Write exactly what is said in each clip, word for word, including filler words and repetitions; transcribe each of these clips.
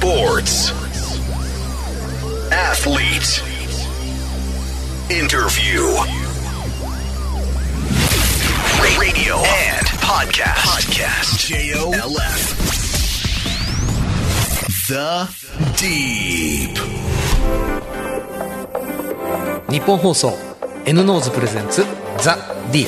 Sports Athlete Interview Radio and Podcast Podcast J O L F The Deep 日本放送 N ノーズプレゼンツ The Deep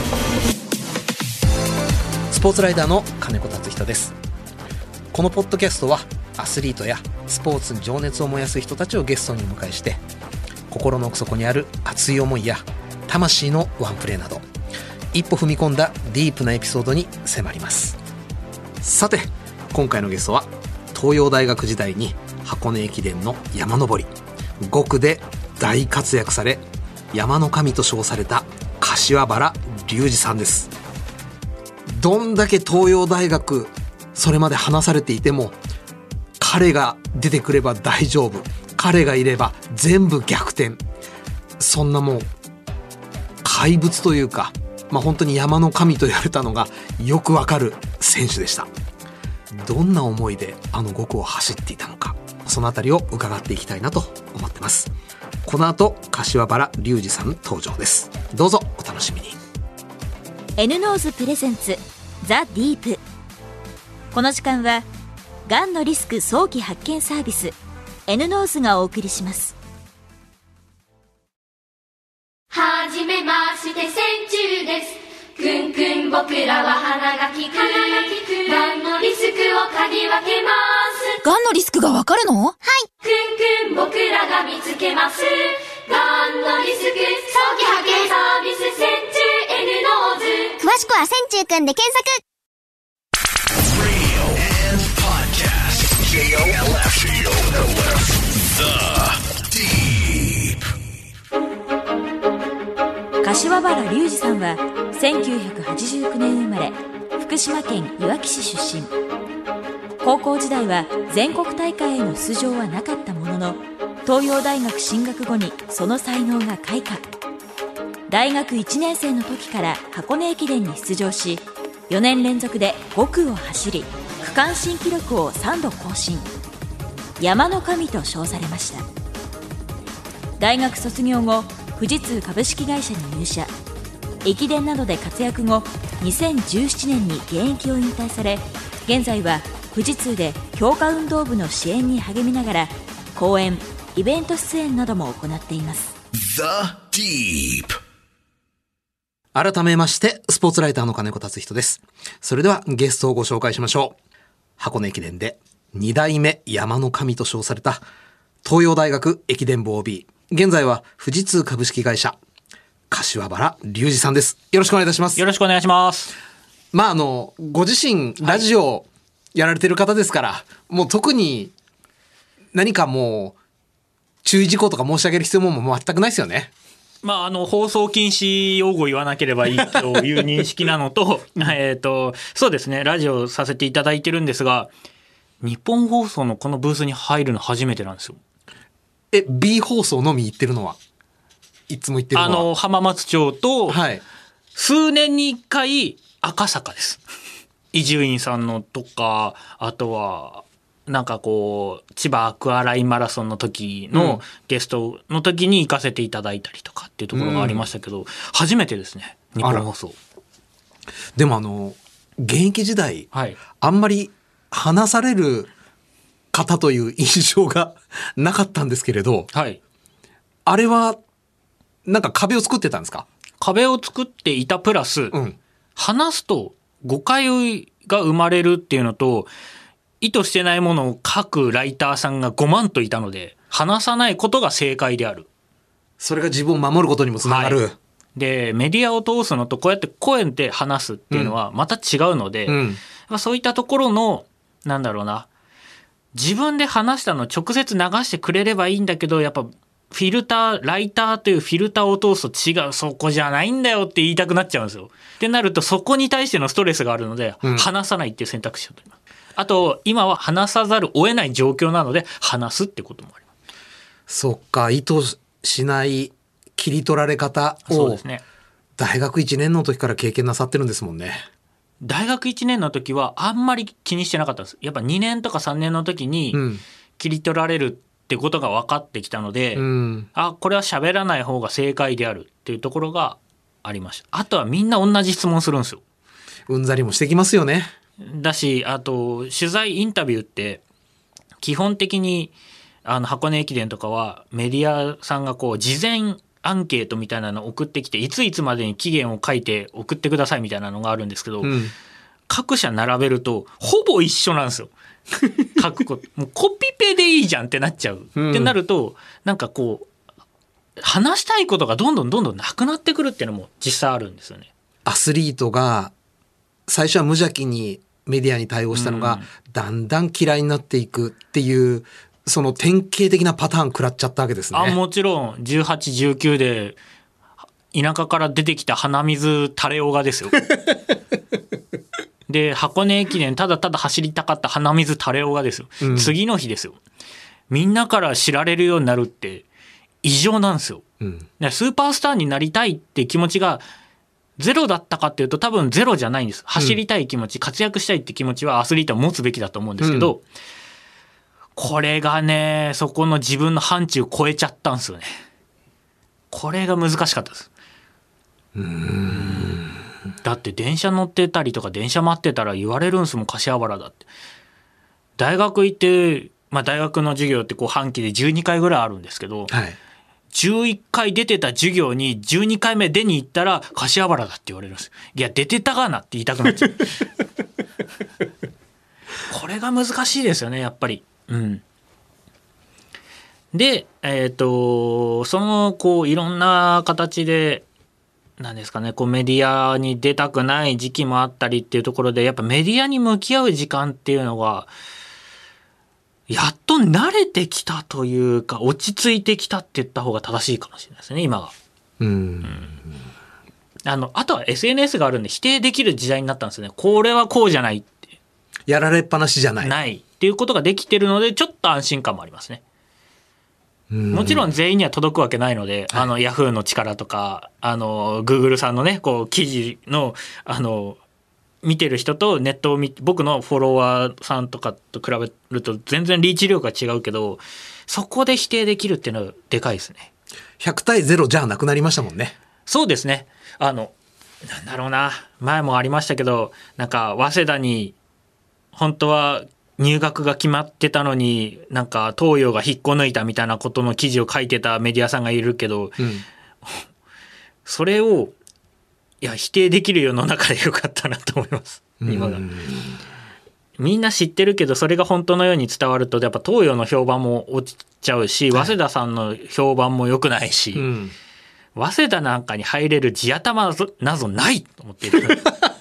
スポーツライダーの金子達人です。このポッドキャストはアスリートやスポーツに情熱を燃やす人たちをゲストにお迎えして、心の奥底にある熱い思いや魂のワンプレーなど、一歩踏み込んだディープなエピソードに迫ります。さて今回のゲストは東洋大学時代に箱根駅伝の山登りごくで大活躍され、山の神と称された柏原隆二さんです。どんだけ東洋大学それまで話されていても、彼が出てくれば大丈夫、彼がいれば全部逆転、そんなもう怪物というか、まあ、本当に山の神と言われたのがよくわかる選手でした。どんな思いであのごくを走っていたのか、そのあたりを伺っていきたいなと思ってます。この後柏原隆二さん登場です。どうぞお楽しみに。 N ノーズプレゼンツザ・ディープ。この時間はがんのリスク早期発見サービス N ノーズがお送りします。 はじめまして千中です。くんくん僕らは鼻が利く、がんのリスクを嗅ぎ分けます。 がんのリスクがわかるの？はい。 くんくん僕らが見つけます。がんのリスク早期発見サービス千中 N ノーズ。 詳しくは千中くんで検索。 Radio and Podcast J O L F J O L F The Deep。 柏原隆二さんはせんきゅうひゃくはちじゅうきゅうねん生まれ、福島県いわき市出身。高校時代は全国大会への出場はなかったものの、東洋大学進学後にその才能が開花。大学いちねん生の時から箱根駅伝に出場し、よねん連続でごくを走り、区間新記録をさんど更新、山の神と称されました。大学卒業後、富士通株式会社に入社。駅伝などで活躍後、にせんじゅうななねんに現役を引退され、現在は富士通で強化運動部の支援に励みながら、講演、イベント出演なども行っています。 The Deep。 改めましてスポーツライターの金子達人です。それではゲストをご紹介しましょう。箱根駅伝でに代目山の神と称された東洋大学駅伝部 オービー、 現在は富士通株式会社柏原隆二さんです。よろしくお願いいたします。 よろしくお願いします。 まああのご自身ラジオやられてる方ですから、はい、もう特に何かもう注意事項とか申し上げる必要も全くないですよね。 まあ、あの放送禁止用語言わなければいいという認識なのとえとそうですね、ラジオさせていただいてるんですが、日本放送のこのブースに入るの初めてなんですよ。 え B 放送のみ行ってるのはいつも行ってるのはあの浜松町と、 はい、 数年にいっかい赤坂です伊集院さんのとか、あとはなんかこう千葉アクアラインマラソンの時のゲストの時に行かせていただいたりとかっていうところがありましたけど、うん、初めてですね、日本放送。 でもあの現役時代、 はい、 あんまり話される方という印象がなかったんですけれど、 はい、 あれはなんか壁を作ってたんですか？ 壁を作っていたプラス、うん、話すと誤解が生まれるっていうのと、意図してないものを書くライターさんがごまんといたので、話さないことが正解である。 それが自分を守ることにもつながる、はい、 でメディアを通すのとこうやって声で話すっていうのはまた違うので、うんうん、そういったところのなんだろうな、自分で話したのを直接流してくれればいいんだけど、やっぱフィルター、ライターというフィルターを通すと違う、そこじゃないんだよって言いたくなっちゃうんですよ。ってなるとそこに対してのストレスがあるので、うん、話さないっていう選択肢を取ります。あと今は話さざるを得ない状況なので話すってこともあります。 そっか、意図しない切り取られ方を大学いちねんの時から経験なさってるんですもんね。 大学いちねんの時はあんまり気にしてなかったんです。やっぱにねんとかさんねんの時に切り取られるってことが分かってきたので、うん、あこれは喋らない方が正解であるっていうところがありました。あとはみんな同じ質問するんですよ。 うんざりもしてきますよね。 だし、あと取材インタビューって基本的にあの箱根駅伝とかはメディアさんがこう事前アンケートみたいなのを送ってきて、いついつまでに期限を書いて送ってくださいみたいなのがあるんですけど、うん、各社並べるとほぼ一緒なんですよ。書くこともうコピペでいいじゃんってなっちゃう、うん、ってなるとなんかこう話したいことがどんどんどんどんなくなってくるっていうのも実際あるんですよね。 アスリートが最初は無邪気にメディアに対応したのが、うん、だんだん嫌いになっていくっていうその典型的なパターン食らっちゃったわけですね。 あもちろんじゅうはち、じゅうきゅうで田舎から出てきた鼻水垂れオガですよ。で箱根駅伝ただただ走りたかった鼻水垂れオガですよ、うん、次の日ですよ。みんなから知られるようになるって異常なんですよ、うん、スーパースターになりたいって気持ちがゼロだったかっていうと多分ゼロじゃないんです。走りたい気持ち、うん、活躍したいって気持ちはアスリートは持つべきだと思うんですけど、うん、これがねそこの自分の範疇を超えちゃったんですよね。これが難しかったです。うーんだって電車乗ってたりとか電車待ってたら言われるんすもん、柏原だって。大学行って、まあ、大学の授業ってこう半期でじゅうにかいぐらいあるんですけど、はい、じゅういっかい出てた授業にじゅうにかいめ出に行ったら柏原だって言われるんです。いや出てたがなって言いたくなっちゃう。これが難しいですよねやっぱり。うん、で、えーと、そのこういろんな形でなんですかね、こうメディアに出たくない時期もあったりっていうところでやっぱメディアに向き合う時間っていうのがやっと慣れてきたというか落ち着いてきたって言った方が正しいかもしれないですね今が。うん、うん、あのあとは エスエヌエス があるんで否定できる時代になったんですよね。これはこうじゃないってやられっぱなしじゃないないっていうことができてるのでちょっと安心感もありますね。もちろん全員には届くわけないので、はい、あのヤフーの力とかあの Google さんのねこう記事のあの見てる人とネットを見僕のフォロワーさんとかと比べると全然リーチ力が違うけどそこで否定できるっていうのはでかいですね。 ひゃくたいゼロじゃなくなりましたもんね。 そうですね。あのなんだろうな前もありましたけどなんか早稲田に本当は入学が決まってたのになんか東洋が引っこ抜いたみたいなことの記事を書いてたメディアさんがいるけど、うん、それをいや否定できる世の中でよかったなと思います今が。みんな知ってるけどそれが本当のように伝わるとやっぱ東洋の評判も落ちちゃうし、はい、早稲田さんの評判も良くないし、うん、早稲田なんかに入れる地頭などないと思っている。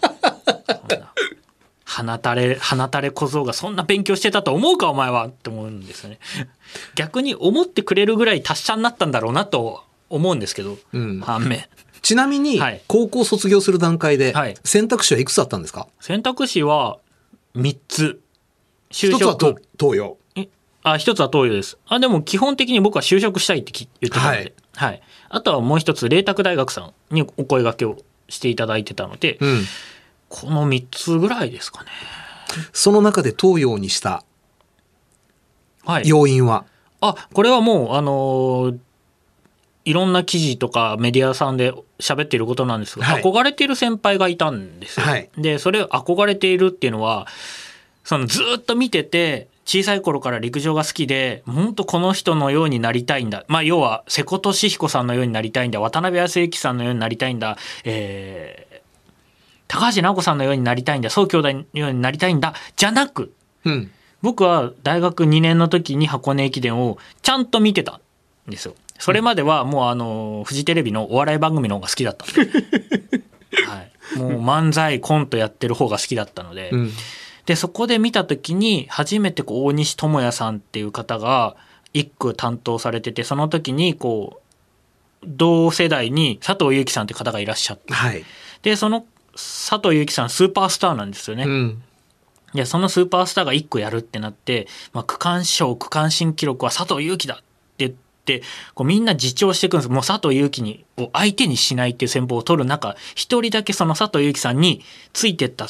鼻たれ鼻たれ小僧がそんな勉強してたと思うかお前はって思うんですよね。逆に思ってくれるぐらい達者になったんだろうなと思うんですけど、うん、反面ちなみに、はい、高校卒業する段階で選択肢はいくつあったんですか？ 選択肢はみっつ。 就職一つは東洋。 あ、一つは東洋です。あ、でも基本的に僕は就職したいって言ってたので、はいはい、あとはもう一つ麗澤大学さんにお声掛けをしていただいてたので、うん、このみっつぐらいですかね。 その中で東洋にした要因は、 はい、あ、これはもうあのー、いろんな記事とかメディアさんで喋っていることなんですが、はい、憧れている先輩がいたんですよ、はい、でそれを憧れているっていうのはそのずっと見てて小さい頃から陸上が好きで本当この人のようになりたいんだ、まあ、要は瀬古利彦さんのようになりたいんだ、渡辺康之さんのようになりたいんだ、えー、高橋尚子さんのようになりたいんだ、宋兄弟のようになりたいんだじゃなく、うん、僕は大学にねんの時に箱根駅伝をちゃんと見てたんですよ。それまではもうあのフジテレビのお笑い番組の方が好きだったんで、はい、もう漫才コントやってる方が好きだったので、うん、でそこで見た時に初めてこう大西智也さんっていう方が一区担当されてて、その時にこう同世代に佐藤悠基さんって方がいらっしゃって、はい、でその佐藤悠基さんスーパースターなんですよね、うん、でそのスーパースターが一区やるってなって、まあ、区間賞区間新記録は佐藤悠基だって言ってでこうみんな自重していくんです。もう佐藤悠基にを相手にしないっていう戦法を取る中、一人だけその佐藤悠基さんについてった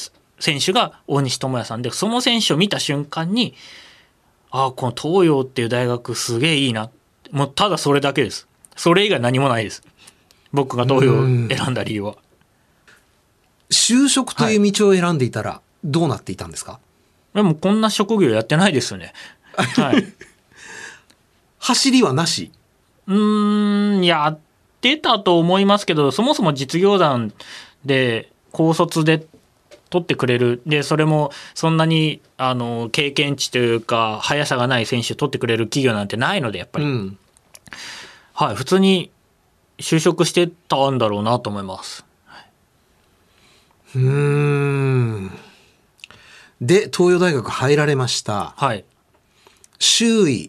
選手が大西智也さんで、その選手を見た瞬間に、ああ、この東洋っていう大学すげえいいな。もうただそれだけです。それ以外何もないです。僕が東洋を選んだ理由は。 就職という道を選んでいたらどうなっていたんですか？ でもこんな職業やってないですよね。はい。 走りはなし？ うーん、やってたと思いますけど、そもそも実業団で高卒で取ってくれる、でそれもそんなにあの経験値というか速さがない選手取ってくれる企業なんてないので、やっぱり、うん、はい、普通に就職してたんだろうなと思います。 うーん。で東洋大学入られました。 はい。 周囲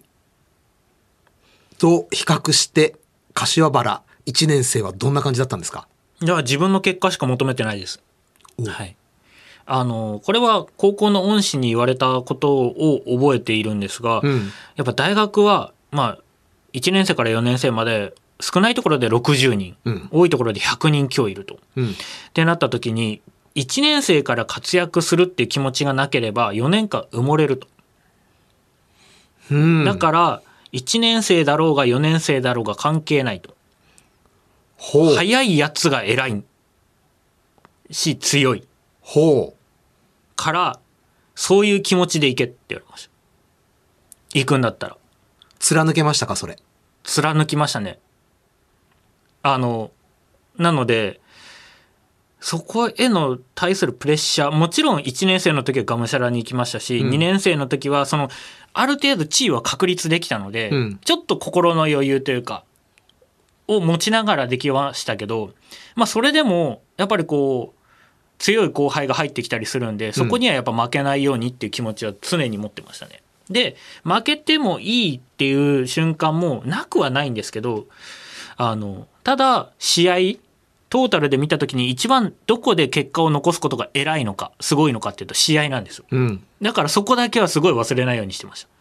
と比較して柏原いちねん生はどんな感じだったんですか？ いや、自分の結果しか求めてないです。はい。あのこれは高校の恩師に言われたことを覚えているんですが、うん、やっぱ大学はまあいちねん生からよねん生まで少ないところでろくじゅうにん、うん、多いところでひゃくにん強いると、うん、ってなった時にいちねん生から活躍するっていう気持ちがなければよねんかん埋もれると、うん、だからいちねん生だろうがよねん生だろうが関係ないと。ほう。早いやつが偉いし強い。 ほう。 からそういう気持ちでいけって言われました。行くんだったら。 貫けましたかそれ？ 貫きましたね。あのなのでそこへの対するプレッシャー、もちろんいちねん生の時はがむしゃらに行きましたし、うん、にねん生の時はそのある程度地位は確立できたので、うん、ちょっと心の余裕というかを持ちながらできましたけど、まあそれでもやっぱりこう強い後輩が入ってきたりするんで、そこにはやっぱ負けないようにっていう気持ちは常に持ってましたね。で負けてもいいっていう瞬間もなくはないんですけど、あのただ試合トータルで見た時に一番どこで結果を残すことが偉いのかすごいのかっていうと試合なんですよ、うん、だからそこだけはすごい忘れないようにしてました。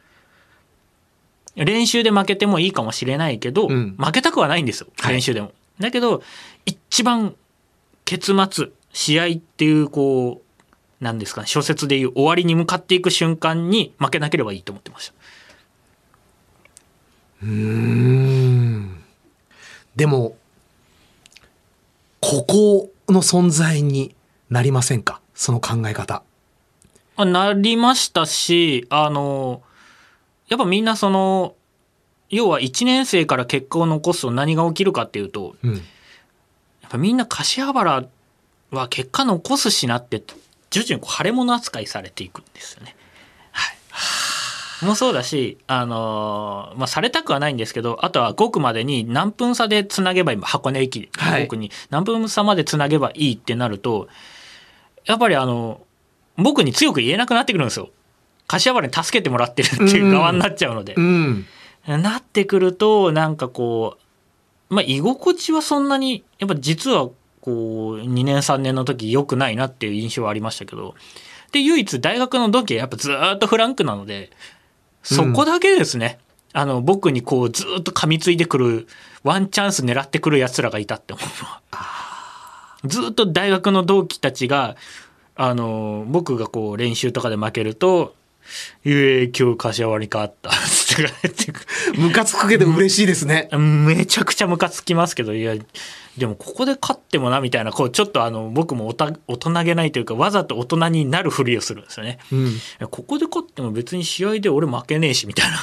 練習で負けてもいいかもしれないけど、うん、負けたくはないんですよ練習でも、はい、だけど一番結末試合っていうこうなんですかね、諸説でいう終わりに向かっていく瞬間に負けなければいいと思ってました。 うーん。でもここの存在になりませんか、その考え方。 あ、なりましたし、あのやっぱみんなその要はいちねん生から結果を残すと何が起きるかっていうと、うん、やっぱみんな柏原は結果残すしなって徐々にこう腫れ物扱いされていくんですよね。はい。もうそうだし、あのー、まあ、されたくはないんですけど、あとはごくまでに何分差でつなげばいい、箱根駅でごくに何分差までつなげばいいってなると、やっぱりあの僕に強く言えなくなってくるんですよ。柏原に助けてもらってるっていう側になっちゃうので、うんうん、なってくるとなんかこう、まあ、居心地はそんなにやっぱ実はこうにねんさんねんの時良くないなっていう印象はありましたけど、で唯一大学の同期はやっぱずっとフランクなので、そこだけですね、うん、あの僕にこうずっと噛みついてくるワンチャンス狙ってくるやつらがいたって思うのは、ずっと大学の同期たちがあの僕がこう練習とかで負けると「えー、今日柏原に勝った」ってムカつくけど嬉しいですね。 めちゃくちゃムカつきますけど、いやでもここで勝ってもなみたいな、こうちょっとあの僕もおた大人げないというかわざと大人になるふりをするんですよね、うん、ここで勝っても別に試合で俺負けねえしみたいな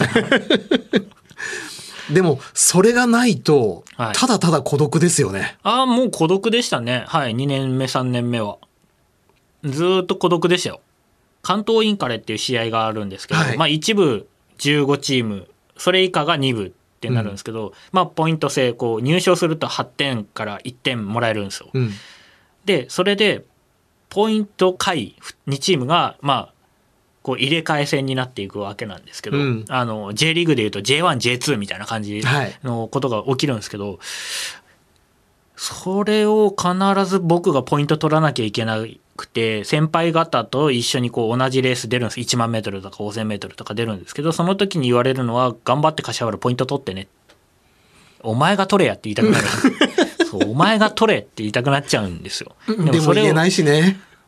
でもそれがないとただただ孤独ですよね、はい、 ああもう孤独でしたね。はい、にねんめさんねんめはずっと孤独でしたよ。関東インカレっていう試合があるんですけど、はい、まあ一部じゅうごチーム、それ以下がに部ってなるんですけど、うん、まあポイント制、こう入賞するとはってんからいってんもらえるんですよ、うん、でそれでポイント下位にチームがまあこう入れ替え戦になっていくわけなんですけど、うん、あの J リーグでいうと ジェイワン、ジェイツー みたいな感じのことが起きるんですけど、はい、それを必ず僕がポイント取らなきゃいけないくて、先輩方と一緒にこう同じレース出るんです。いちまんメートルとかごせんメートルとか出るんですけど、その時に言われるのは頑張って柏原ポイント取ってね、お前が取れやって言いたくなるそうお前が取れって言いたくなっちゃうんですよ。 でもそれを言えないしね。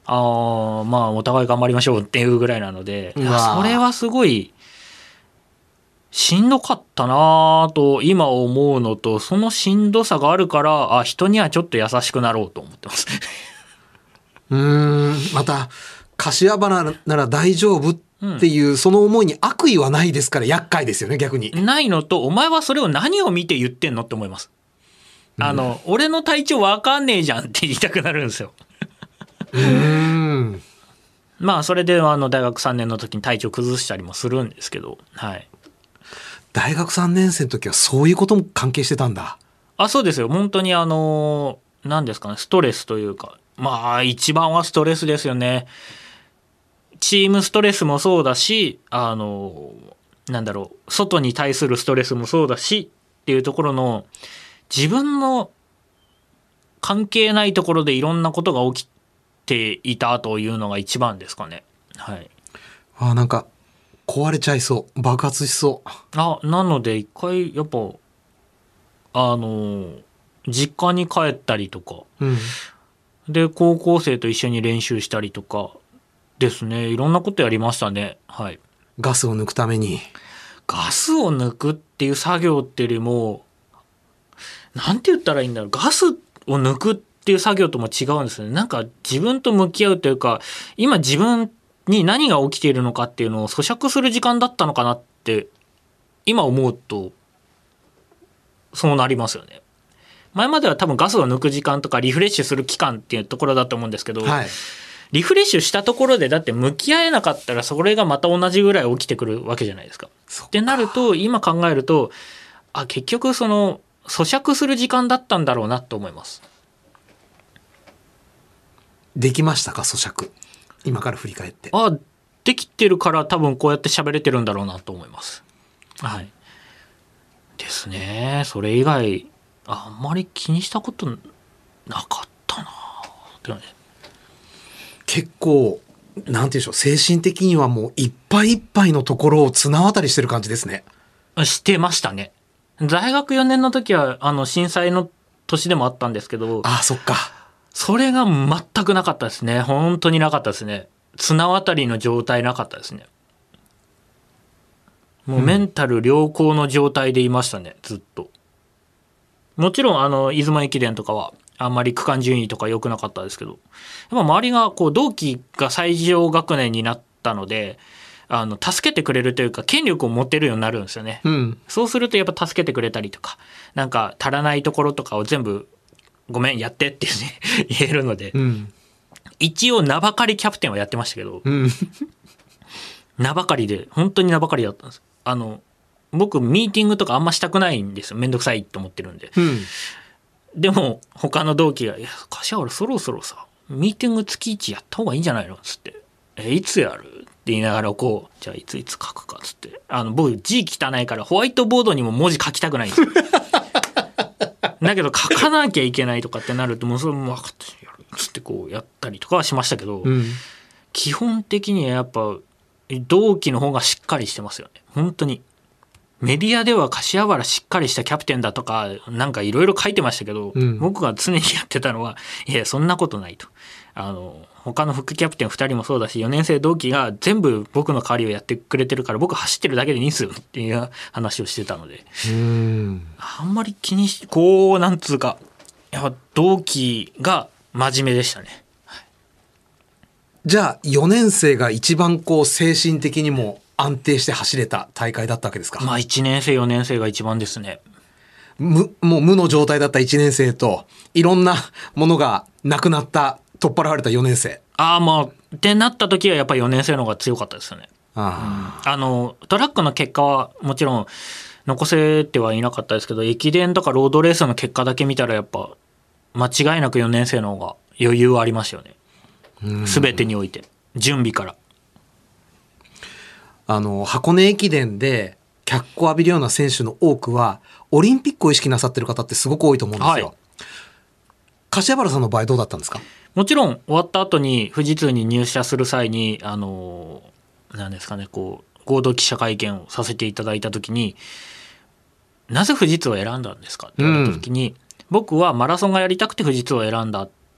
ああまあお互い頑張りましょうっていうぐらいなので、いやそれはすごいしんどかったなと今思うのと、そのしんどさがあるから、あ人にはちょっと優しくなろうと思ってますうーんまた柏原なら大丈夫っていう、うん、その思いに悪意はないですから厄介ですよね逆に。 ないのと、お前はそれを何を見て言ってんのって思います。あの、うん、俺の体調わかんねえじゃんって言いたくなるんですようーんまあそれであの大学さんねんの時に体調崩したりもするんですけど、はい。 大学さんねん生の時はそういうことも関係してたんだ。 あそうですよ、本当にあの何ですかね、ストレスというか、まあ一番はストレスですよね。チームストレスもそうだし、あのなんだろう外に対するストレスもそうだしっていうところの、自分の関係ないところでいろんなことが起きていたというのが一番ですかね。はい。 あなんか壊れちゃいそう、爆発しそう。 あなので一回やっぱあの実家に帰ったりとか、うん、で高校生と一緒に練習したりとかですね、いろんなことやりましたね。はい。 ガスを抜くために。 ガスを抜くっていう作業っていうよりも、なんて言ったらいいんだろう、ガスを抜くっていう作業とも違うんですよね。なんか自分と向き合うというか、今自分に何が起きているのかっていうのを咀嚼する時間だったのかなって今思うとそうなりますよね。前までは多分ガスを抜く時間とかリフレッシュする期間っていうところだと思うんですけど、はい、リフレッシュしたところでだって向き合えなかったらそれがまた同じぐらい起きてくるわけじゃないですか。ってなると今考えると、あ結局その咀嚼する時間だったんだろうなと思います。 できましたか咀嚼、今から振り返って。 あできてるから多分こうやって喋れてるんだろうなと思います。はいですね。それ以外あんまり気にしたことなかったなってね。 結構なんていうんでしょう、精神的にはもういっぱいいっぱいのところを綱渡りしてる感じですね。 してましたね。大学よねんの時はあの震災の年でもあったんですけど、 あそっか、 それが全くなかったですね。本当になかったですね。綱渡りの状態なかったですね。もうメンタル良好の状態でいましたね、ずっと。もちろんあの出雲駅伝とかはあんまり区間順位とか良くなかったですけど、やっぱ周りがこう同期が最上学年になったので、あの助けてくれるというか権力を持てるようになるんですよね、うん、そうするとやっぱ助けてくれたりとか、なんか足らないところとかを全部ごめんやってってね言えるので、うん、一応名ばかりキャプテンはやってましたけど、うん、名ばかりで本当に名ばかりだったんです。あの僕ミーティングとかあんましたくないんですよ、めんどくさいと思ってるんで、うん、でも他の同期がいや柏原そろそろさミーティング月いちやった方がいいんじゃないのっつって、えいつやるって言いながらこうじゃあいついつ書くかっつって、あの僕字汚いからホワイトボードにも文字書きたくないんですよだけど書かなきゃいけないとかってなるともうそれも分かってやるっつってこうやったりとかはしましたけど、うん、基本的にはやっぱ同期の方がしっかりしてますよね。本当にメディアでは柏原しっかりしたキャプテンだとかなんかいろいろ書いてましたけど、うん、僕が常にやってたのはいやそんなことないと、あの他の副キャプテンふたりもそうだしよねん生同期が全部僕の代わりをやってくれてるから僕走ってるだけでいいんですよっていう話をしてたので、うーんあんまり気にしこうなんつうかやっぱ同期が真面目でしたね。 じゃあよねん生が一番こう精神的にも安定して走れた大会だったわけですか。 まあいちねん生よねん生が一番ですね。 無もう無の状態だったいちねん生といろんなものがなくなった取っ払われたよねん生。 ああまあってなった時はやっぱりよねん生の方が強かったですよね。あ、うん、あのトラックの結果はもちろん残せてはいなかったですけど、駅伝とかロードレースの結果だけ見たらやっぱ間違いなくよねん生の方が余裕はありましたよね。全てにおいて準備から。 あの箱根駅伝で脚光を浴びるような選手の多くはオリンピックを意識なさってる方ってすごく多いと思うんですよ、はい、柏原さんの場合どうだったんですか。 もちろん終わった後に富士通に入社する際にあの何ですかねこう合同記者会見をさせていただいた時になぜ富士通を選んだんですかって言われた時に、うん、僕はマラソンがやりたくて富士通を選んだっ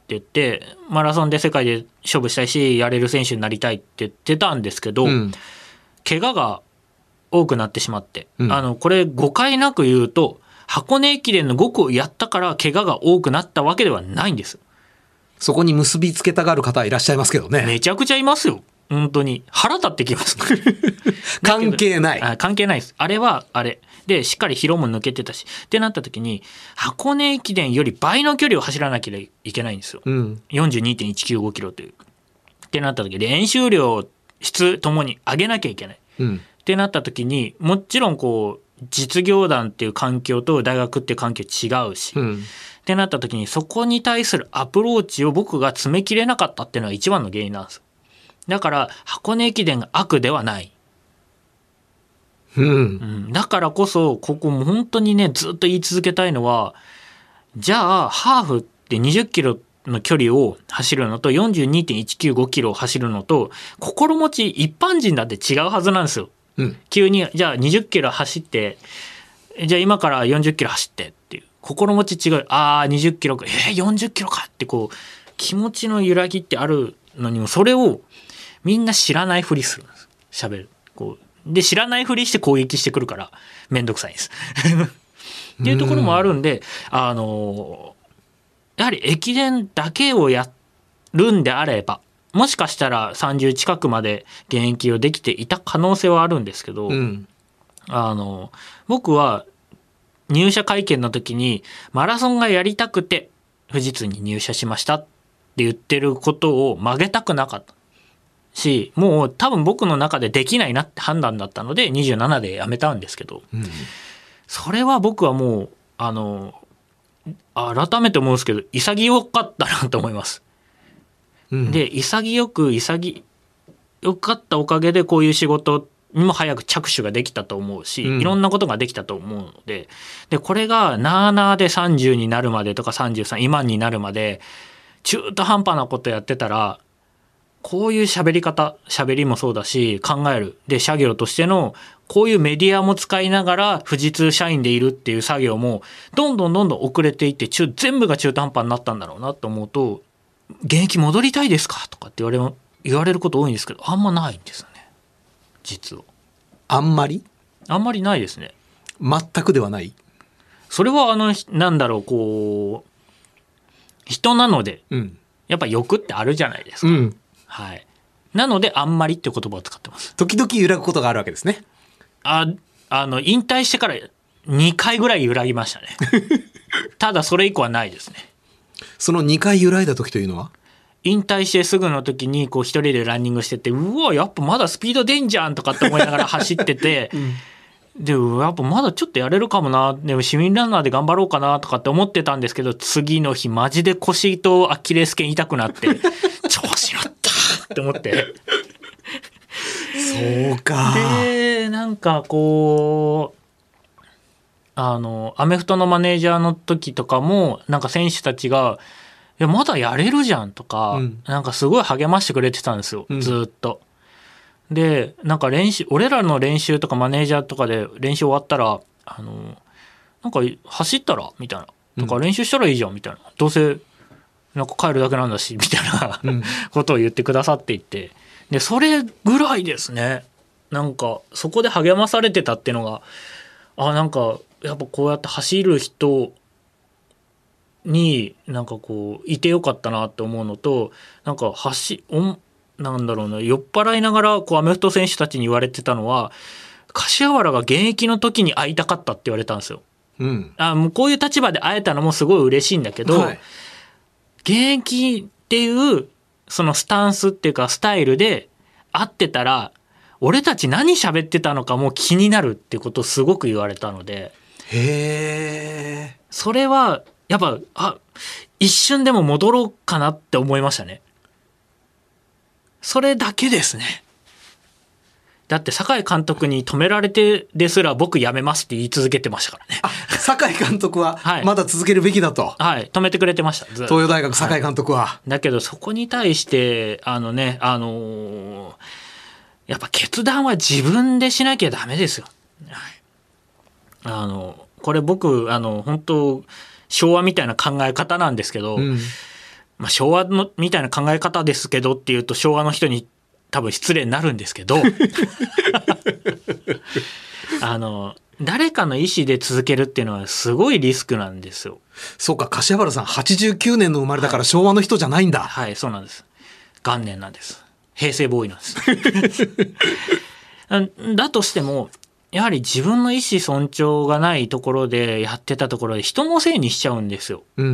言ってマラソンで世界で勝負したいしやれる選手になりたいって言ってたんですけど、うん、怪我が多くなってしまって、うん、あのこれ誤解なく言うと箱根駅伝のごくをやったから怪我が多くなったわけではないんです。 そこに結びつけたがる方はいらっしゃいますけどね。 めちゃくちゃいますよ本当に。腹立ってきます関係ない。 あ関係ないです。あれはあれでしっかり疲労も抜けてたしってなった時に箱根駅伝より倍の距離を走らなきゃいけないんですよ、うん、よんじゅうにてんいちきゅうごキロというってなった時練習量質ともに上げなきゃいけない、うん、ってなった時にもちろんこう実業団っていう環境と大学っていう環境違うし、うん、ってなった時にそこに対するアプローチを僕が詰めきれなかったっていうのが一番の原因なんです。だから箱根駅伝が悪ではない、うんうん、だからこそここも本当にねずっと言い続けたいのはじゃあハーフってにじゅっキロの距離を走るのと よんじゅうにてんいちきゅうごキロを走るのと心持ち一般人だって違うはずなんですよ、うん、急にじゃあにじゅっキロ走ってじゃあ今からよんじゅっキロ走ってっていう心持ち違う。ああにじゅっキロかえー、よんじゅっキロかってこう気持ちの揺らぎってあるのにもそれをみんな知らないふりするんです。喋るこうで知らないふりして攻撃してくるからめんどくさいですっていうところもあるんで、あのやはり駅伝だけをやるんであればもしかしたらさんじゅう近くまで現役をできていた可能性はあるんですけど、うん、あの僕は入社会見の時にマラソンがやりたくて富士通に入社しましたって言ってることを曲げたくなかったし、もう多分僕の中でできないなって判断だったのでにじゅうななで辞めたんですけど、うん、それは僕はもうあの改めて思うんですけど潔かったなと思います、うん、で潔く潔かったおかげでこういう仕事にも早く着手ができたと思うし、うん、いろんなことができたと思うので、でこれがなあなあでさんじゅうになるまでとかさんじゅうさん今になるまで中途半端なことやってたらこういう喋り方、喋りもそうだし考える。で、社業としてのこういうメディアも使いながら富士通社員でいるっていう作業もどんどんどんどん遅れていって中全部が中途半端になったんだろうなと思うと、現役戻りたいですかとかって言われ、言われること多いんですけど、あんまないんですよね。実は。 あんまり？ あんまりないですね。 全くではない？ それはあの、なんだろう、こう、人なので、うん、やっぱ欲ってあるじゃないですか。うんはい、なのであんまりって言葉を使ってます。 時々揺らぐことがあるわけですね。 ああの引退してからにかいぐらい揺らぎましたねただそれ以降はないですね。 そのにかい揺らいだ時というのは引退してすぐの時にこう一人でランニングしててうわやっぱまだスピード出んじゃんとかって思いながら走ってて、うん、でやっぱまだちょっとやれるかもなでも市民ランナーで頑張ろうかなとかって思ってたんですけど次の日マジで腰とアキレス腱痛くなって調子乗ったって思ってそうかでなんかこうあのアメフトのマネージャーの時とかもなんか選手たちがいやまだやれるじゃんとか、うん、なんかすごい励ましてくれてたんですよ、うん、ずっとでなんか練習俺らの練習とかマネージャーとかで練習終わったらあのなんか走ったらみたいなとか練習したらいいじゃんみたいな、うん、どうせなんか帰るだけなんだしみたいな、うん、ことを言ってくださっていてでそれぐらいですね。なんかそこで励まされてたっていうのがあなんかやっぱこうやって走る人になんかこういてよかったなって思うのとなんか走おなんだろうな酔っ払いながらこうアメフト選手たちに言われてたのは柏原が現役の時に会いたかったって言われたんですよ、うん、あもうこういう立場で会えたのもすごい嬉しいんだけど、はい、現役っていうそのスタンスっていうかスタイルで会ってたら俺たち何喋ってたのかも気になるってことをすごく言われたのでへーそれはやっぱあ一瞬でも戻ろうかなって思いましたね。それだけですね。だって酒井監督に止められてですら僕辞めますって言い続けてましたからね。 あ酒井監督はまだ続けるべきだと、 はい、はい、止めてくれてました。 東洋大学酒井監督は、 はい、だけどそこに対してあのねあのー、やっぱ決断は自分でしなきゃダメですよ、はい、あのこれ僕あの本当昭和みたいな考え方なんですけど、うん、 まあ、昭和のみたいな考え方ですけどっていうと昭和の人に多分失礼になるんですけどあの誰かの意思で続けるっていうのはすごいリスクなんですよ。 そうか、柏原さんはちじゅうきゅうねんの生まれだから昭和の人じゃないんだ。 はい、はい、そうなんです。元年なんです。平成ボーイなんですだとしてもやはり自分の意思尊重がないところでやってたところで人のせいにしちゃうんですよ、 うん、うん、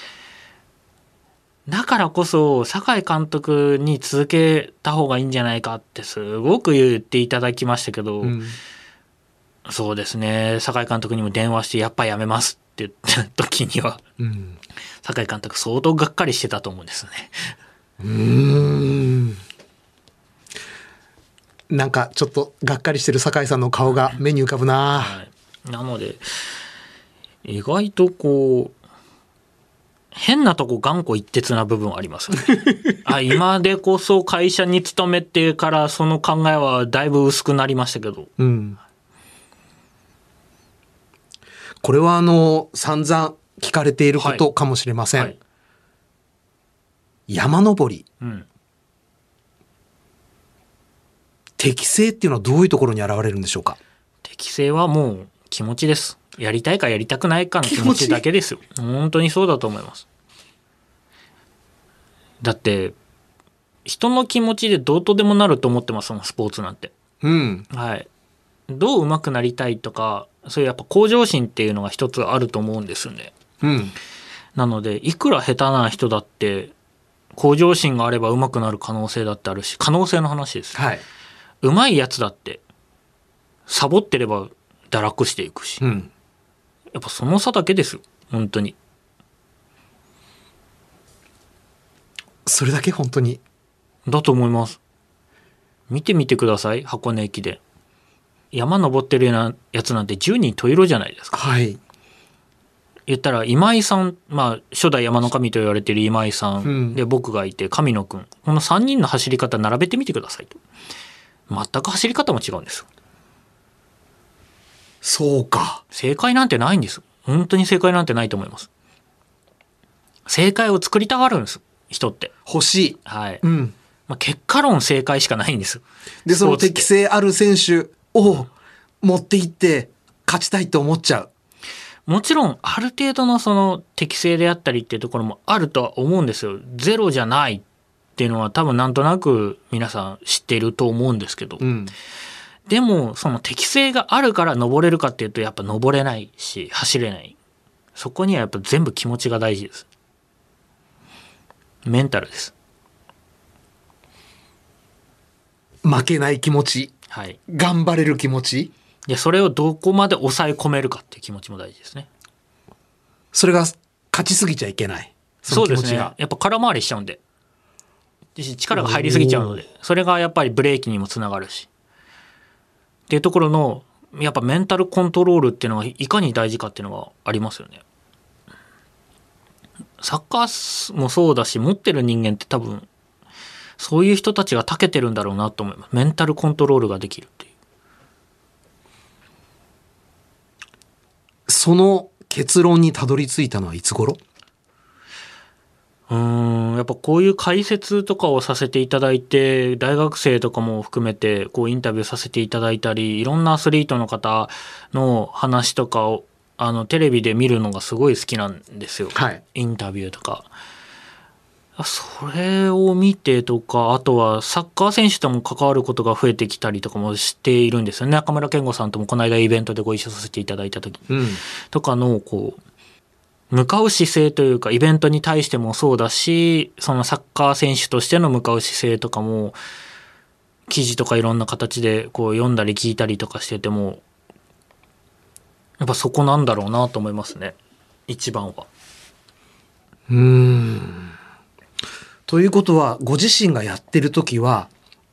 だからこそ酒井監督に続けた方がいいんじゃないかってすごく言っていただきましたけど、うん、そうですね、酒井監督にも電話してやっぱりやめますって言った時には、うん、酒井監督相当がっかりしてたと思うんですね。 うーん、なんかちょっとがっかりしてる酒井さんの顔が目に浮かぶな、 はい、なので意外とこう変なとこ頑固一徹な部分ありますよねあ、今でこそ会社に勤めてからその考えはだいぶ薄くなりましたけど、 うん、これはあの散々聞かれていることかもしれません、はいはい、山登り、うん、適性っていうのはどういうところに現れるんでしょうか。 適性はもう気持ちです。やりたいかやりたくないかの気持ちだけですよ。本当にそうだと思います。だって人の気持ちでどうとでもなると思ってます、そのスポーツなんて、 うん、 はい、どう上手くなりたいとかそういうやっぱ向上心っていうのが一つあると思うんですよね、 うん、 なのでいくら下手な人だって向上心があれば上手くなる可能性だってあるし、可能性の話です、 はい、 上手いやつだってサボってれば堕落していくし、 うん、 やっぱその差だけですよ本当に。 それだけ本当にだと思います。見てみてください、箱根駅伝山登ってるようなやつなんてじゅうにん十色じゃないですか。 はい。 言ったら今井さん、まあ初代山の神と言われている今井さん、うん、で僕がいて神野くん、このさんにんの走り方並べてみてくださいと。全く走り方も違うんですよ。 そうか。 正解なんてないんです。本当に正解なんてないと思います。正解を作りたがるんです人って。 欲しい。 はい。 うん。 まあ、結果論正解しかないんです。 でその適性ある選手を持っていって勝ちたいと思っちゃう。 もちろんある程度のその適性であったりっていうところもあるとは思うんですよ。ゼロじゃないっていうのは多分なんとなく皆さん知っていると思うんですけど、 うん、 でもその適性があるから登れるかっていうとやっぱ登れないし走れない。そこにはやっぱ全部気持ちが大事です。メンタルです。 負けない気持ち、 はい、 頑張れる気持ちで、それをどこまで抑え込めるかっていう気持ちも大事ですね。 それが勝ちすぎちゃいけない。その気持ちが。 そうですね。やっぱ空回りしちゃうんで、力が入りすぎちゃうので、それがやっぱりブレーキにもつながるしっていうところのやっぱメンタルコントロールっていうのがいかに大事かっていうのがありますよね。サッカーもそうだし、持ってる人間って多分そういう人たちが長けてるんだろうなと思います。メンタルコントロールができるっていう。 その結論にたどり着いたのはいつ頃？ うーん、やっぱこういう解説とかをさせていただいて、大学生とかも含めてこうインタビューさせていただいたり、いろんなアスリートの方の話とかをあのテレビで見るのがすごい好きなんですよ、 はい、 インタビューとか。それを見てとか、あとはサッカー選手とも関わることが増えてきたりとかもしているんですよね。中村健吾さんともこの間イベントでご一緒させていただいた時、 うん、 とかのこう向かう姿勢というか、イベントに対してもそうだし、そのサッカー選手としての向かう姿勢とかも記事とかいろんな形でこう読んだり聞いたりとかしてても、やっぱそこなんだろうなと思いますね、一番は。 うーん。ということは、ご自身がやってる時は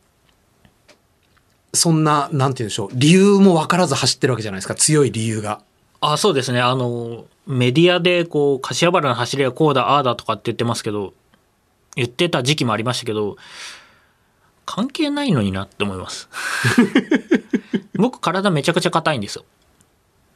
そんな、なんて言うんでしょう、理由も分からず走ってるわけじゃないですか、強い理由が。 あ、そうですね。あのメディアでこう柏原の走りはこうだああだとかって言ってますけど、言ってた時期もありましたけど、関係ないのになって思います僕体めちゃくちゃ硬いんですよ。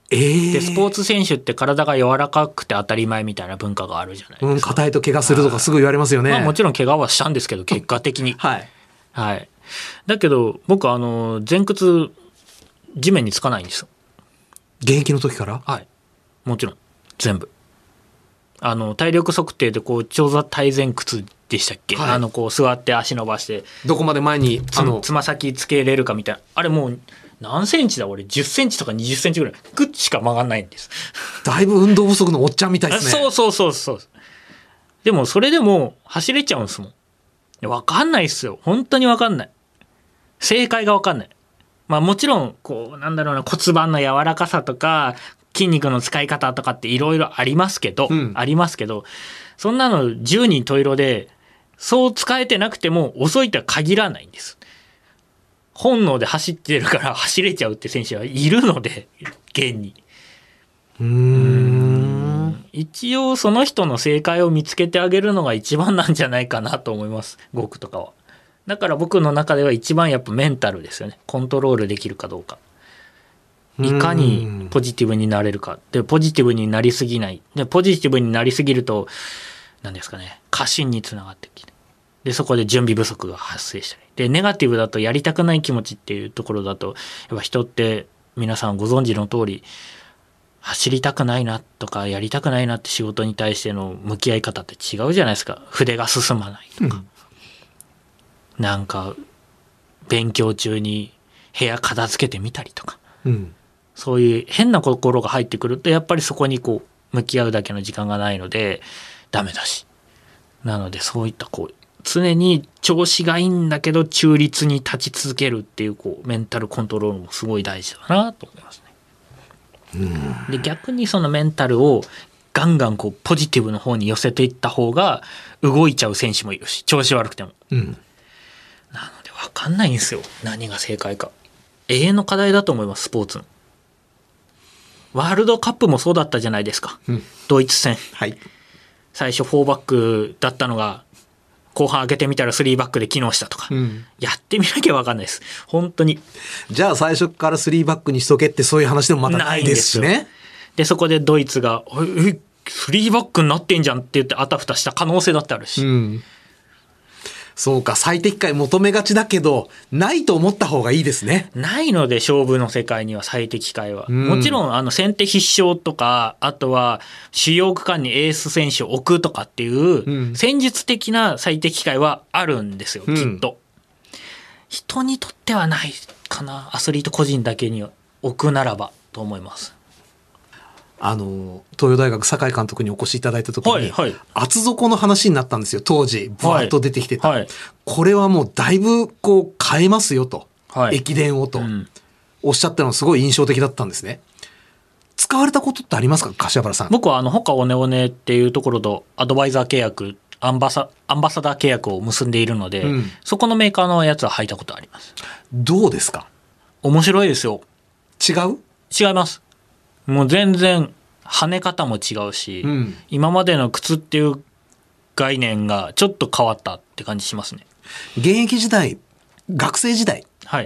えー、 でスポーツ選手って体が柔らかくて当たり前みたいな文化があるじゃないですか。 うん、硬いと怪我するとかすぐ言われますよね。 まあ、もちろん怪我はしたんですけど結果的にはい、 はい、だけど僕あの前屈地面につかないんですよ。 現役の時から？ はい、もちろん全部あの体力測定でこう長座体前屈でしたっけ、はい、あのこう座って足伸ばしてどこまで前にあのつま先つけれるかみたいな、あれもう何センチだ俺じゅっセンチとかにじゅっセンチぐらいグッしか曲がんないんです。 だいぶ運動不足のおっちゃんみたいですね。 そうそうそうそう。でもそれでも走れちゃうんですもん。分かんないっすよ、本当に分かんない、正解が分かんない。まあもちろんこうなんだろうな、骨盤の柔らかさとか筋肉の使い方とかっていろいろありますけど、うん、ありますけどそんなの十人十色でそう使えてなくても遅いとは限らないんです。本能で走ってるから走れちゃうって選手はいるので現にうーん一応その人の正解を見つけてあげるのが一番なんじゃないかなと思います、ごくとかは。だから僕の中では一番やっぱメンタルですよね。コントロールできるかどうか、いかにポジティブになれるかで、ポジティブになりすぎないで、ポジティブになりすぎると何ですかね、過信につながってきて、でそこで準備不足が発生したりで、ネガティブだとやりたくない気持ちっていうところだと、やっぱ人って皆さんご存知の通り走りたくないなとかやりたくないなって仕事に対しての向き合い方って違うじゃないですか。筆が進まないとか、うん、なんか勉強中に部屋片付けてみたりとか、 うん、そういう変な心が入ってくるとやっぱりそこにこう向き合うだけの時間がないのでダメだし、なのでそういったこう常に調子がいいんだけど中立に立ち続けるっていう、こうメンタルコントロールもすごい大事だなと思いますね。うんで逆にそのメンタルをガンガンこうポジティブの方に寄せていった方が動いちゃう選手もいるし、調子悪くても、うん、なので分かんないんですよ、何が正解か。永遠の課題だと思います、スポーツの。ワールドカップもそうだったじゃないですか、うん、ドイツ戦、 はい、 最初フォーバックだったのが後半上げてみたらスリーバックで機能したとか、うん、やってみなきゃ分かんないです本当に。 じゃあ最初からスリーバックにしとけってそういう話でもまたないですしね。 でそこでドイツがえスリーバックになってんじゃんって言ってあたふたした可能性だってあるし、うん、 そうか、最適解求めがちだけどないと思った方がいいですね。 ないので勝負の世界には最適解は、うん、もちろんあの先手必勝とか、あとは主要区間にエース選手を置くとかっていう戦術的な最適解はあるんですよ、うん、きっと。人にとってはないかな、アスリート個人だけに置くならばと思います。 あの東洋大学酒井監督にお越しいただいた時に、はいはい、厚底の話になったんですよ。当時ブワッと出てきてた、はいはい、これはもうだいぶこう変えますよと、はい、駅伝をと、うん、おっしゃったのがすごい印象的だったんですね。使われたことってありますか、柏原さん。 僕はあのホカオネオネっていうところとアドバイザー契約アンバサ、アンバサダー契約を結んでいるので、うん、そこのメーカーのやつは履いたことあります。 どうですか。 面白いですよ。 違う？ 違います。もう全然跳ね方も違うし、うん、今までの靴っていう概念がちょっと変わったって感じしますね。 現役時代、学生時代、 はい、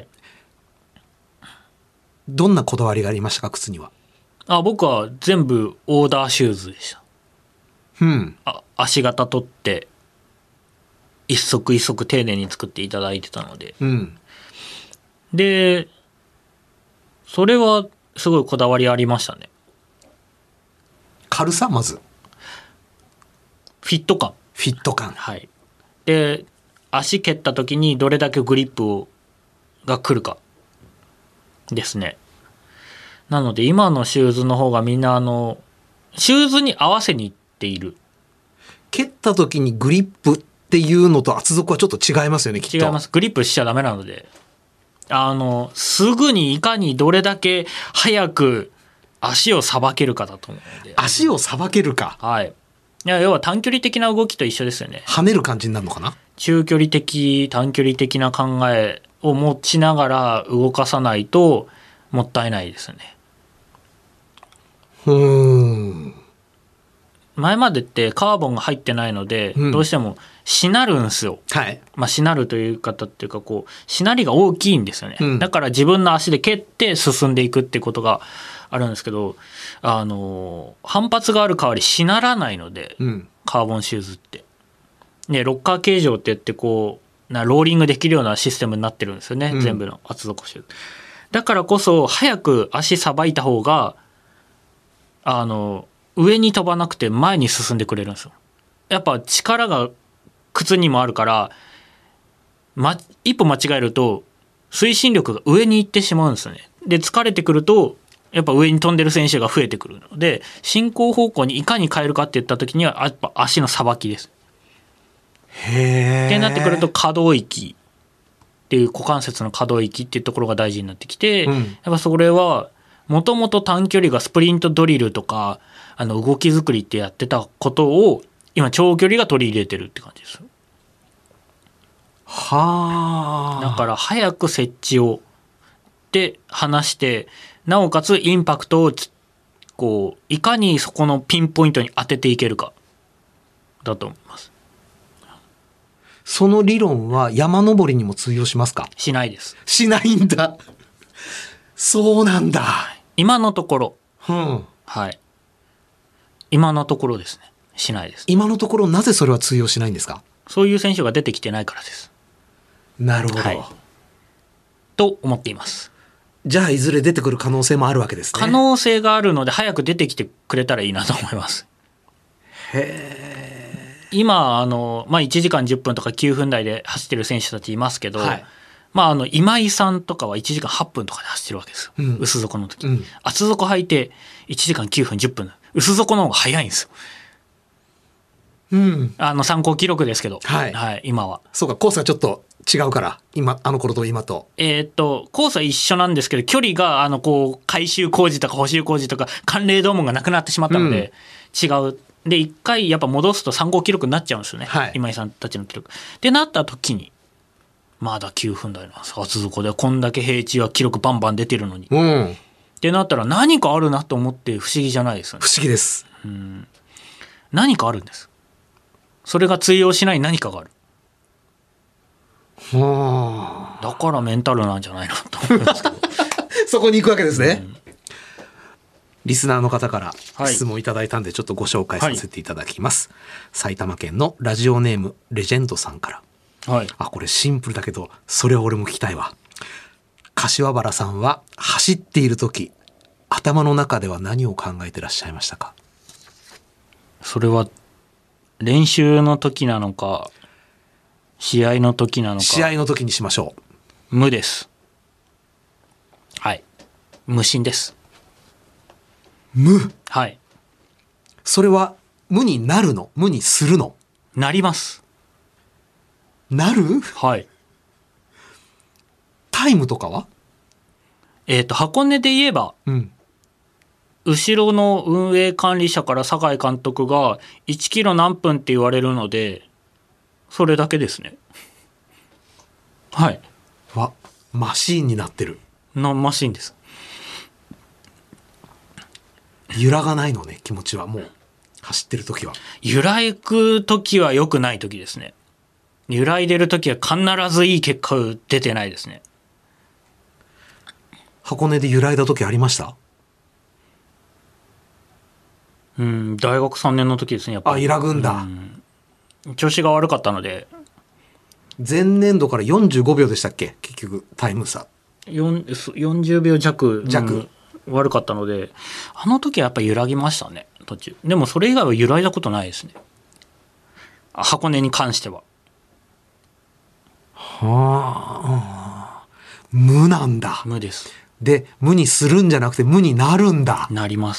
どんなこだわりがありましたか、靴には。 あ、僕は全部オーダーシューズでした。 うん、 あ、足型取って一足一足丁寧に作っていただいてたので、 うん、 でそれはすごいこだわりありましたね。 軽さ、まずフィット感フィット感、 はい。で足蹴った時にどれだけグリップをが来るかですね。なので今のシューズの方がみんなあのシューズに合わせにいっている。 蹴った時にグリップっていうのと厚底はちょっと違いますよね、きっと。 違います。グリップしちゃダメなので、あのすぐにいかにどれだけ早く足をさばけるかだと思うので。 足をさばけるか、 はい。いや、要は短距離的な動きと一緒ですよね。 跳ねる感じになるのかな。 中距離的短距離的な考えを持ちながら動かさないともったいないですね。 うーん。 前までってカーボンが入ってないので、うん、どうしてもしなるんですよ、 はい、まあ、 しなるという方っていうかこうしなりが大きいんですよね、うん、だから自分の足で蹴って進んでいくっていうことがあるんですけど、あの反発がある代わりしならないので、うん、カーボンシューズってでロッカー形状って言ってこうなローリングできるようなシステムになってるんですよね、うん、全部の厚底シューズだからこそ早く足さばいた方があの上に飛ばなくて前に進んでくれるんですよ。やっぱ力が靴にもあるから、ま、一歩間違えると推進力が上に行ってしまうんですよね。で疲れてくるとやっぱ上に飛んでる選手が増えてくるので進行方向にいかに変えるかっていった時にはやっぱ足のさばきです。 へー。 ってなってくると可動域っていう股関節の可動域っていうところが大事になってきて、うん、やっぱそれはもともと短距離がスプリントドリルとかあの動き作りってやってたことを今長距離が取り入れてるって感じです。 はあ。 だから早く設置をで離してなおかつインパクトをこういかにそこのピンポイントに当てていけるかだと思います。 その理論は山登りにも通用しますか？ しないです。 しないんだ。そうなんだ。 今のところ、 うん、 はい。今のところですね。しないです。 今のところなぜそれは通用しないんですか？ そういう選手が出てきてないからです。 なるほど。 はい、と思っています。 じゃあいずれ出てくる可能性もあるわけですね。 可能性があるので早く出てきてくれたらいいなと思います。 へー。 今あの、まあ、いちじかんじゅっぷんとかきゅうふん台で走ってる選手たちいますけど、はい、まあ、あの今井さんとかはいちじかんはっぷんとかで走ってるわけですよ、うん、薄底の時、うん、厚底履いていちじかんきゅうふんじゅっぷん薄底の方が早いんですよ、 うん、 あの参考記録ですけど、 はいはい、今はそうかコースがちょっと違うから今あの頃と今とえー、っとコースは一緒なんですけど距離があのこう改修工事とか補修工事とか寒冷洞門がなくなってしまったので、うん、違うで一回やっぱ戻すと参考記録になっちゃうんですよね、はい、今井さんたちの記録ってなった時にまだきゅうふん台なんです厚底でこんだけ平地は記録バンバン出てるのに、 うん、 ってなったら何かあるなと思って不思議じゃないですよね。 不思議です、 うん、何かあるんです。それが通用しない何かがある。 はだからメンタルなんじゃないのと思いますけどそこに行くわけですね、うん、リスナーの方から質問いただいたんでちょっとご紹介させていただきます、はい、埼玉県のラジオネームレジェンドさんから、はい、あこれシンプルだけどそれは俺も聞きたいわ。柏原さんは走っている時頭の中では何を考えてらっしゃいましたか？ それは練習の時なのか試合の時なのか。 試合の時にしましょう。無です。はい無心です。 無。 はい。 それは無になるの？無にするの？ なります。 なる？ はい。 タイムとかは？ えっと箱根で言えば、うん、後ろの運営管理者から酒井監督がいちキロ何分って言われるのでそれだけですね。はい。 わ、マシーンになってる。 なマシーンです。 揺らがないのね気持ちはもう走ってる時は。 揺らぐ時は良くない時ですね。揺らいでる時は必ずいい結果出てないですね。 箱根で揺らいだ時ありました？ うん大学さんねんの時ですねやっぱり。 あ揺らぐんだ、 うん。調子が悪かったので。 前年度からよんじゅうごびょうでしたっけ結局タイム差。 よんじゅうびょう弱、 弱、 うん、悪かったのであの時はやっぱり揺らぎましたね途中。でもそれ以外は揺らいだことないですね箱根に関しては。 はあ無なんだ。 無です。 で無にするんじゃなくて無になるんだ。 なります。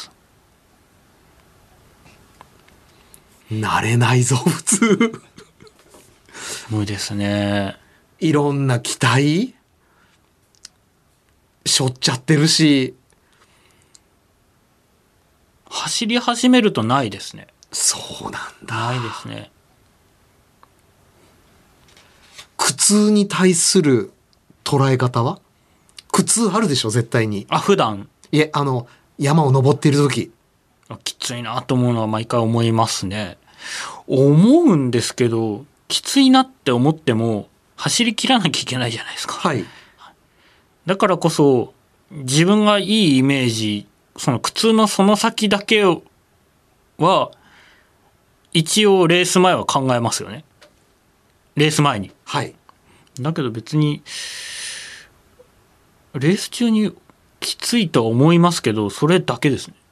なれないぞ普通無ですね。 いろんな期待しょっちゃってるし走り始めるとないですね。 そうなんだ。 ないですね。 苦痛に対する捉え方は苦痛あるでしょ絶対に。 あ普段いえあの山を登っている時きついなと思うのは毎回思いますね。思うんですけど、きついなって思っても走り切らなきゃいけないじゃないですか。 はい。 だからこそ自分がいいイメージ、その苦痛のその先だけは一応レース前は考えますよね。レース前に。 はい。 だけど別にレース中にきついとは思いますけど、それだけですね。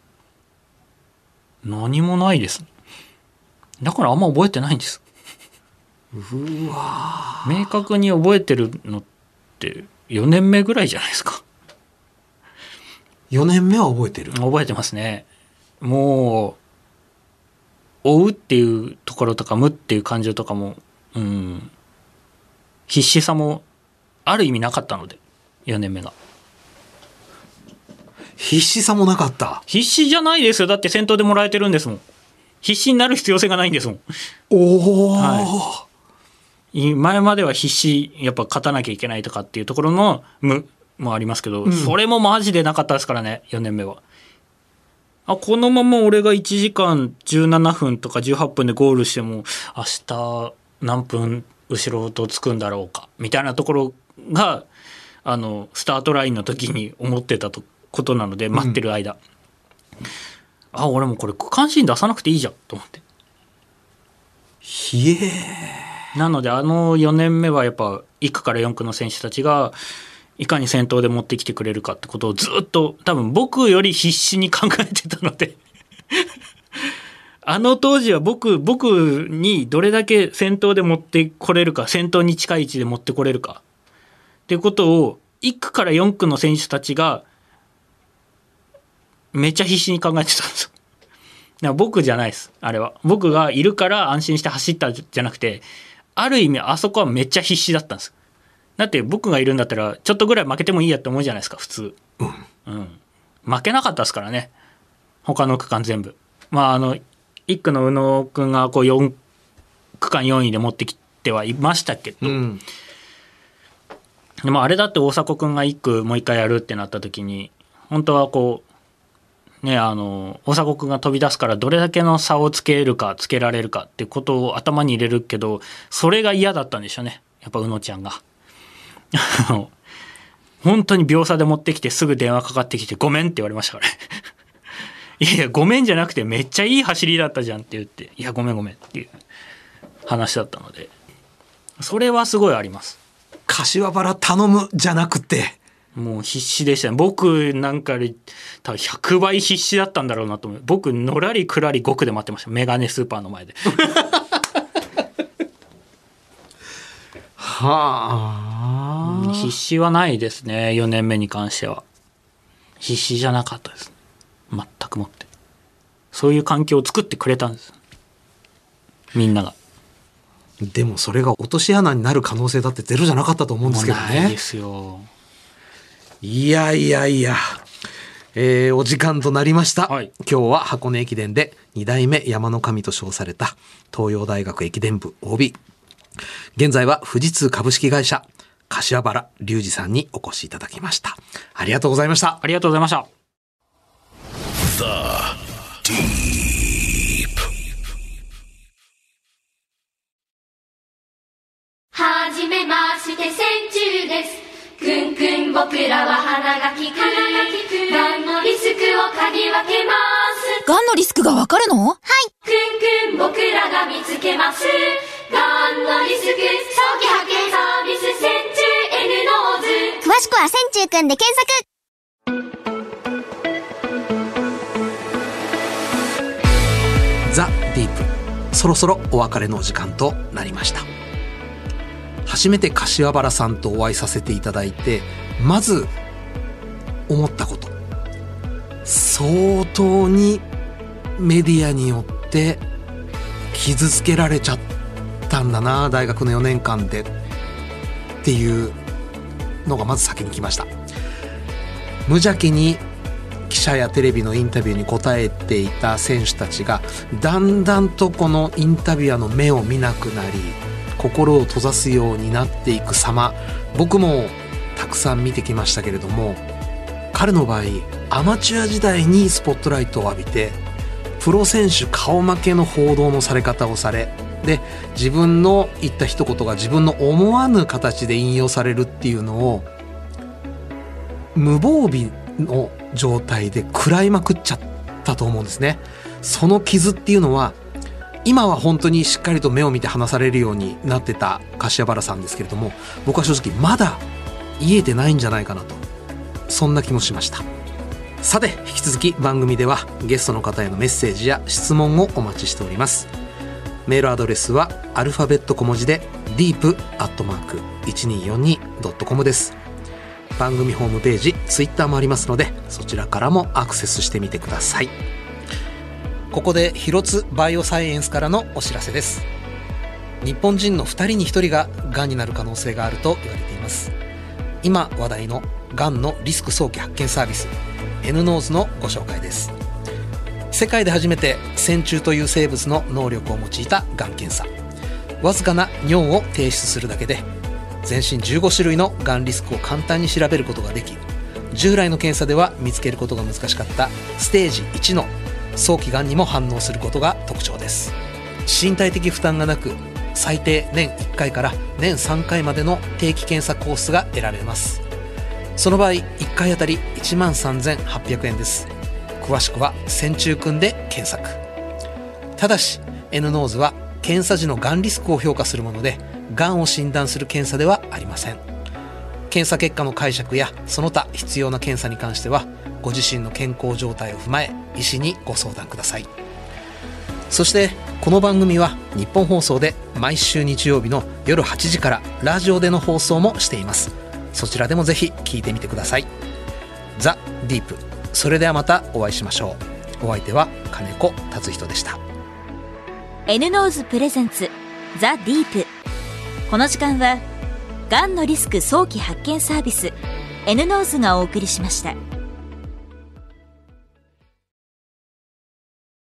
何もないですね。だからあんま覚えてないんです。 うわ、 明確に覚えてるのってよねんめぐらいじゃないですか。 よねんめは覚えてる。 覚えてますね。もう追うっていうところとか無っていう感情とかも、うん、必死さもある意味なかったので、よねんめが必死さもなかった。 必死じゃないですよ。だって先頭でもらえてるんですもん。必死になる必要性がないんですもん。 おお、 はい、前までは必死、やっぱ勝たなきゃいけないとかっていうところの無もありますけど、うん、それもマジでなかったですからね、よねんめは。あ、このまま俺がいちじかんじゅうななふんとかじゅうはっぷんでゴールしても明日何分後ろとつくんだろうかみたいなところがあのスタートラインの時に思ってたことなので、待ってる間、うん、あ、俺もこれ区間新出さなくていいじゃんと思って。 ひえー。 なのであのよねんめはやっぱいっ区からよん区の選手たちがいかに先頭で持ってきてくれるかってことをずっと多分僕より必死に考えてたのであの当時は僕僕にどれだけ先頭で持ってこれるか、先頭に近い位置で持ってこれるかっていうことをいっ区からよん区の選手たちがめっちゃ必死に考えてたんですよ。だから僕じゃないです。あれは僕がいるから安心して走ったじゃなくて、ある意味あそこはめっちゃ必死だったんです。だって僕がいるんだったらちょっとぐらい負けてもいいやって思うじゃないですか普通、うんうん、負けなかったですからね他の区間全部。まああのいっ区の宇野くんがこうよん区間よんいで持ってきてはいましたけど、うん、でもあれだって大迫くんがいっ区もう一回やるってなった時に本当はこうね、あの大迫くんが飛び出すからどれだけの差をつけるかつけられるかってことを頭に入れるけど、それが嫌だったんでしょうねやっぱ宇野ちゃんが本当に秒差で持ってきてすぐ電話かかってきてごめんって言われましたからねいやいやごめんじゃなくてめっちゃいい走りだったじゃんって言って、いやごめんごめんっていう話だったので、それはすごいあります。 柏原頼むじゃなくてもう必死でしたね。僕なんかより多分ひゃくばい必死だったんだろうなと思う。僕のらりくらりご区で待ってました。メガネスーパーの前ではあ、 必死はないですね。よねんめに関しては必死じゃなかったです。全くもって。そういう環境を作ってくれたんですみんなが。 でもそれが落とし穴になる可能性だってゼロじゃなかったと思うんですけどね。 ないですよ。 いやいやいや、えー、お時間となりました、はい、今日は箱根駅伝でに代目山の神と称された東洋大学駅伝部 オービー、 現在は富士通株式会社柏原隆二さんにお越しいただきました。ありがとうございました。 ありがとうございました。 The Deep。 はじめまして千中です。くんくん僕らは鼻が利く。がんのリスクを嗅ぎ分けます。 がんのリスクがわかるの？はい。 くんくん僕らが見つけます。がんのリスク早期発見サービス千中 N ノーズ。 詳しくは千中くんで検索。 ザ・ディープ、そろそろお別れのお時間となりました。初めて柏原さんとお会いさせていただいてまず思ったこと、相当にメディアによって傷つけられちゃったんだな大学のよねんかんでっていうのがまず先に来ました。無邪気に記者やテレビのインタビューに答えていた選手たちがだんだんとこのインタビュアーの目を見なくなり心を閉ざすようになっていく様、僕もたくさん見てきましたけれども、彼の場合アマチュア時代にスポットライトを浴びてプロ選手顔負けの報道のされ方をされ、で自分の言った一言が自分の思わぬ形で引用されるっていうのを無防備の状態で食らいまくっちゃったと思うんですね。その傷っていうのは今は本当にしっかりと目を見て話されるようになってた柏原さんですけれども、僕は正直まだ癒えてないんじゃないかなと、そんな気もしました。さて引き続き番組ではゲストの方へのメッセージや質問をお待ちしております。メールアドレスはアルファベット小文字で ディープ アットマーク いちにーよんに ドットコム です。番組ホームページ、ツイッターもありますので、そちらからもアクセスしてみてください。ここで広津バイオサイエンスからのお知らせです。日本人のふたりにひとりががんになる可能性があると言われています。今話題のがんのリスク早期発見サービス N ノーズのご紹介です。世界で初めて線虫という生物の能力を用いたがん検査、わずかな尿を提出するだけで全身じゅうごしゅるいのがんリスクを簡単に調べることができ、従来の検査では見つけることが難しかったステージいちの早期がんにも反応することが特徴です。身体的負担がなく、最低年いっかいから年さんかいまでの定期検査コースが得られます。その場合いっかいあたりいちまんさんぜんはっぴゃくえんです。詳しくは線虫くんで検索。ただし N ノーズは検査時のがんリスクを評価するもので、がんを診断する検査ではありません。検査結果の解釈やその他必要な検査に関してはご自身の健康状態を踏まえ医師にご相談ください。そしてこの番組は日本放送で毎週日曜日の夜はちじからラジオでの放送もしています。そちらでもぜひ聞いてみてください。ザ・ディープ、それではまたお会いしましょう。お相手は金子達人でした。 N ノーズプレゼンツザ・ディープ。この時間はがんのリスク早期発見サービス N ノーズがお送りしました。